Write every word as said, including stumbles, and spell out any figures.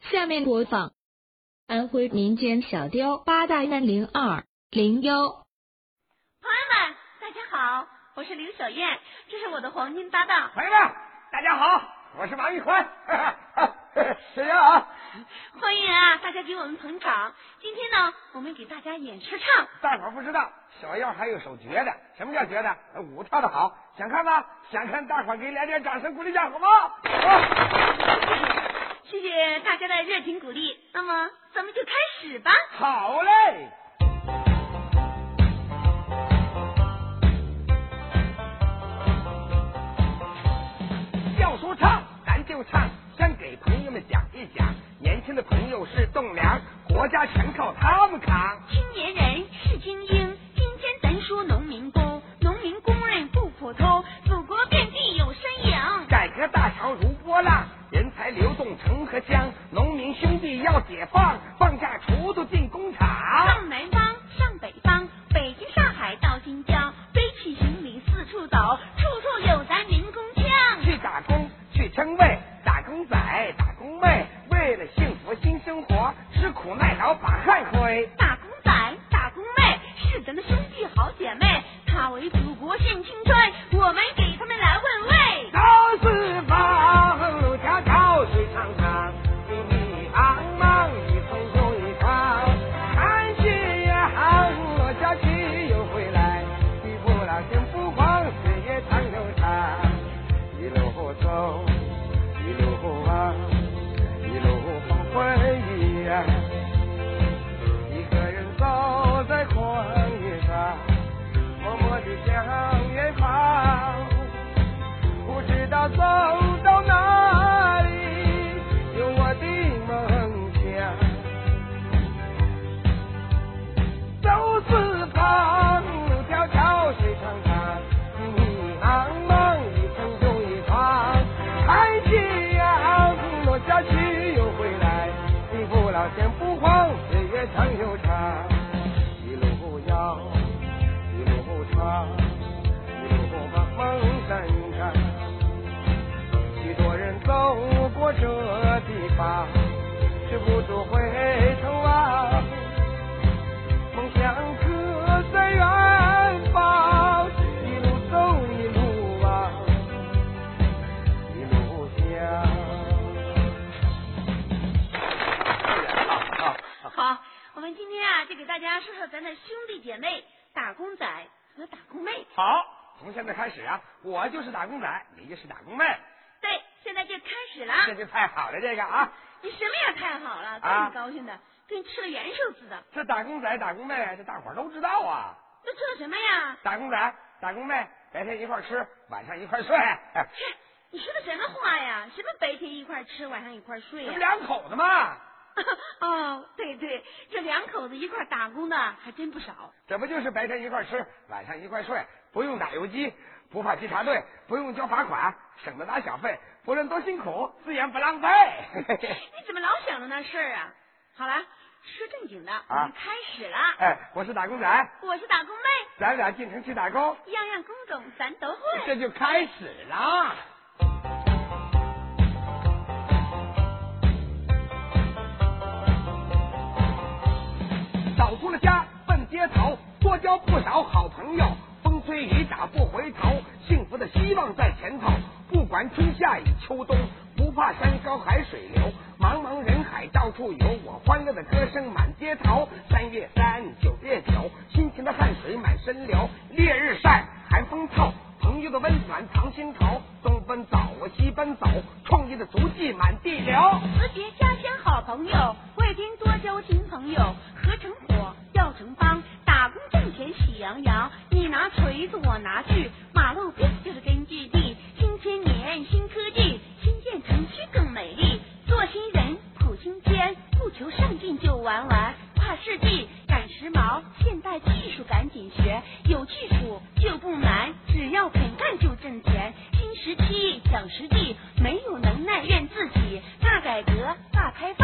下面播放安徽民间小调八大三零二零幺。 朋友们，大家好，我是刘小燕，这是我的黄金搭档。 朋友们，大家好，我是王玉宽。谁呀？ 欢迎啊，大家给我们捧场。今天呢，我们给大家演说唱。 大伙儿不知道，小燕还有首绝的。什么叫绝的？舞跳的好，想看吗？想看，大伙儿给来点掌声鼓励一下，好吗？ 谢谢大家的热情鼓励。那么，咱们就开始吧。 好嘞。要说唱，咱就唱，先给朋友们讲一讲。年轻的朋友是栋梁，国家全靠他们扛。 青年人是精英，今天咱说农民工，农民工人不普通，祖国遍地有身影。 改革大潮如波浪，人才流动成河江，农民兄弟要解放，放下锄头进工厂。 上南方，上北方，北京、上海到新疆，背起行李四处走，处处有咱民工腔。 去打工，去称谓，打工仔，打工妹，为了幸福新生活，吃苦耐劳把汗挥。 打工仔，打工妹，是咱的兄弟好姐妹，他为祖国献青春，我们给他们来问问。 到四方，路迢迢水长长，迷迷茫茫一层又一床，看夕阳落下去又回来，地不老天不慌，岁月长又长，一路走一路望，一路风回忆啊，一个人走在荒野上，默默地向远方，不知道走到哪里，有我的梦想。走四方，路迢迢水长长，迷迷茫茫一程又一趟，看夕阳落下去又回来，地不老天不慌，岁月长又长，一路摇一路闯，一路茫茫山岗，许多人走过这地方，止不住回头望，梦想可在远方，一路走一路望，一路想。 好，我们今天啊，就给大家说说咱的兄弟姐妹打工仔和打工妹。 好，从现在开始啊，我就是打工仔，你就是打工妹。 对，现在就开始了。 这就太好了，这个啊。 你什么也太好了，太高兴的，跟吃了元首似的。 这打工仔打工妹，这大伙儿都知道啊。 这吃了什么呀？ 打工仔打工妹，白天一块吃，晚上一块睡。 切，你说的什么话呀？什么白天一块吃，晚上一块睡呀？ 这不两口子吗？ 哦，对对，这两口子一块打工的还真不少。 这不就是白天一块吃，晚上一块睡，不用打游击，不怕稽查队，不用交罚款，省得拿小费，不论多辛苦，自然不浪费。 你怎么老想着那事儿啊？好了，说正经的，我们开始了。 哎，我是打工仔， 我是打工妹， 咱俩进城去打工， 样样工种咱都会。 这就开始了。走出了家，奔街头，多交不少好朋友。风吹雨打不回头，幸福的希望在前头。不管春夏与秋冬，不怕山高海水流。茫茫人海到处有，我欢乐的歌声满街头。三月三，九月九，辛勤的汗水满身流。烈日晒，寒风透，朋友的温暖藏心头。东奔走，西奔走，创业的足迹满地流。 辞别家乡好朋友，外边多交新朋友。合成伙，要成帮，打工挣钱喜洋洋。你拿锤子，我拿锯，马路边就是根据地。新千年，新科技，新建城区更美丽。做新人，普新间，不求上进就玩玩。跨世纪，赶时髦，现代技术赶紧学。有技术就不难，只要肯干就挣钱。新时期讲实际，没有能耐怨自己。大改革，大开